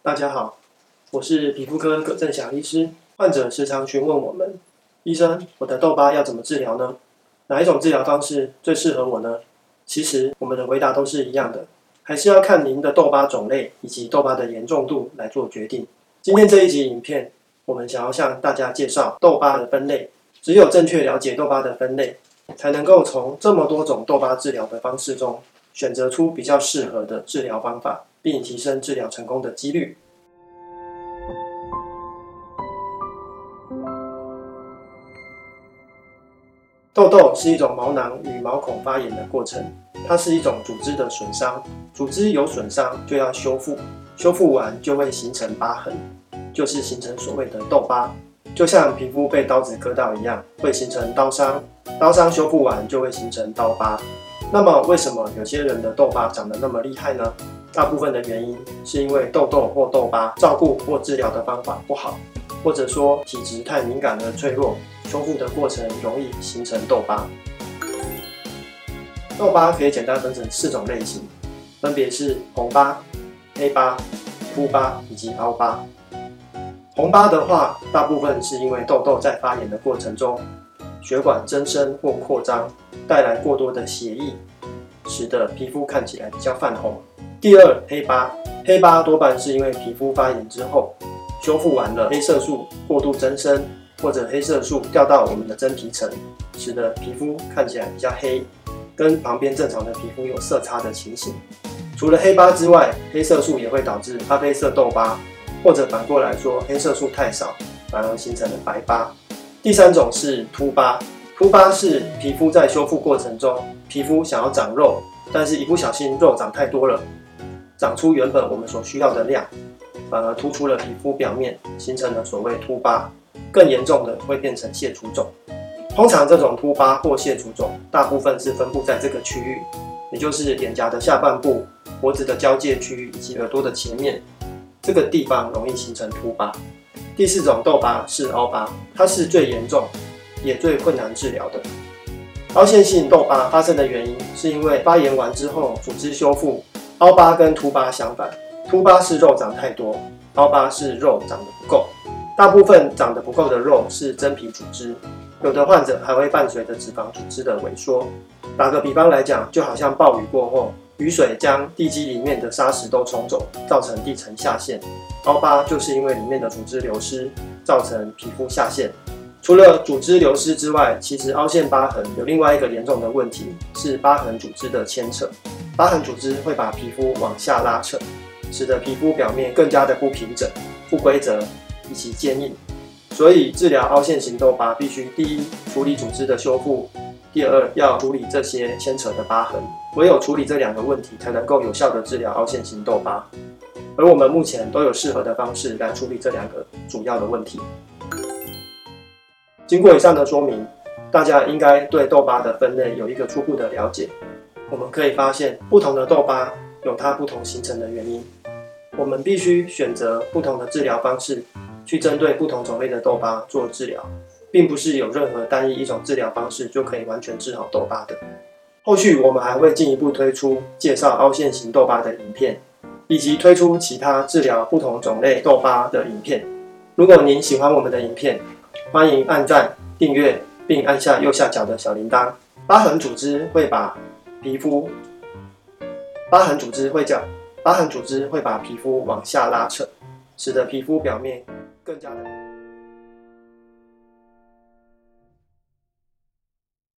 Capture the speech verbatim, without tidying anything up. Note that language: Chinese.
大家好，我是皮肤科葛正祥医师。患者时常询问我们，医生，我的痘疤要怎么治疗呢？哪一种治疗方式最适合我呢？其实我们的回答都是一样的，还是要看您的痘疤种类以及痘疤的严重度来做决定。今天这一集影片，我们想要向大家介绍痘疤的分类。只有正确了解痘疤的分类，才能够从这么多种痘疤治疗的方式中，选择出比较适合的治疗方法，并提升治疗成功的几率。痘痘是一种毛囊与毛孔发炎的过程，它是一种组织的损伤。组织有损伤就要修复，修复完就会形成疤痕，就是形成所谓的痘疤。就像皮肤被刀子割到一样，会形成刀伤，刀伤修复完就会形成刀疤。那么为什么有些人的痘疤长得那么厉害呢？大部分的原因是因为痘痘或痘疤照顾或治疗的方法不好，或者说体质太敏感而脆弱，修复的过程容易形成痘疤。痘疤可以简单分成四种类型，分别是红疤、黑疤、凸疤以及凹疤。红疤的话，大部分是因为痘痘在发炎的过程中，血管增生或扩张，带来过多的血液，使得皮肤看起来比较泛红。第二，黑疤，黑疤多半是因为皮肤发炎之后，修复完了黑色素过度增生，或者黑色素掉到我们的真皮层，使得皮肤看起来比较黑，跟旁边正常的皮肤有色差的情形。除了黑疤之外，黑色素也会导致咖啡色痘疤，或者反过来说，黑色素太少，反而形成了白疤。第三种是凸疤，凸疤是皮肤在修复过程中，皮肤想要长肉，但是一不小心肉长太多了，长出原本我们所需要的量，反而突出了皮肤表面，形成了所谓凸疤。更严重的会变成蟹足肿。通常这种凸疤或蟹足肿，大部分是分布在这个区域，也就是脸颊的下半部、脖子的交界区域以及耳朵的前面。这个地方容易形成凸疤。第四种痘疤是凹疤，它是最严重也最困难治疗的。凹陷性痘疤发生的原因是因为发炎完之后组织修复，凹疤跟凸疤相反，凸疤是肉长太多，凹疤是肉长得不够。大部分长得不够的肉是真皮组织，有的患者还会伴随着脂肪组织的萎缩。打个比方来讲，就好像暴雨过后，雨水将地基里面的砂石都冲走，造成地层下陷。凹疤就是因为里面的组织流失，造成皮肤下陷。除了组织流失之外，其实凹陷疤痕有另外一个严重的问题，是疤痕组织的牵扯。疤痕组织会把皮肤往下拉扯，使得皮肤表面更加的不平整、不规则以及坚硬。所以治疗凹陷型痘疤必须第一处理组织的修复，第二要处理这些牵扯的疤痕。唯有处理这两个问题，才能够有效的治疗凹陷型痘疤。而我们目前都有适合的方式来处理这两个主要的问题。经过以上的说明，大家应该对痘疤的分类有一个初步的了解。我们可以发现，不同的痘疤有它不同形成的原因。我们必须选择不同的治疗方式，去针对不同种类的痘疤做治疗，并不是有任何单一一种治疗方式就可以完全治好痘疤的。后续我们还会进一步推出介绍凹陷型痘疤的影片，以及推出其他治疗不同种类痘疤的影片。如果您喜欢我们的影片，欢迎按赞、订阅，并按下右下角的小铃铛。疤痕组织会把皮肤，疤痕组织会将疤痕组织会把皮肤往下拉扯，使得皮肤表面更加的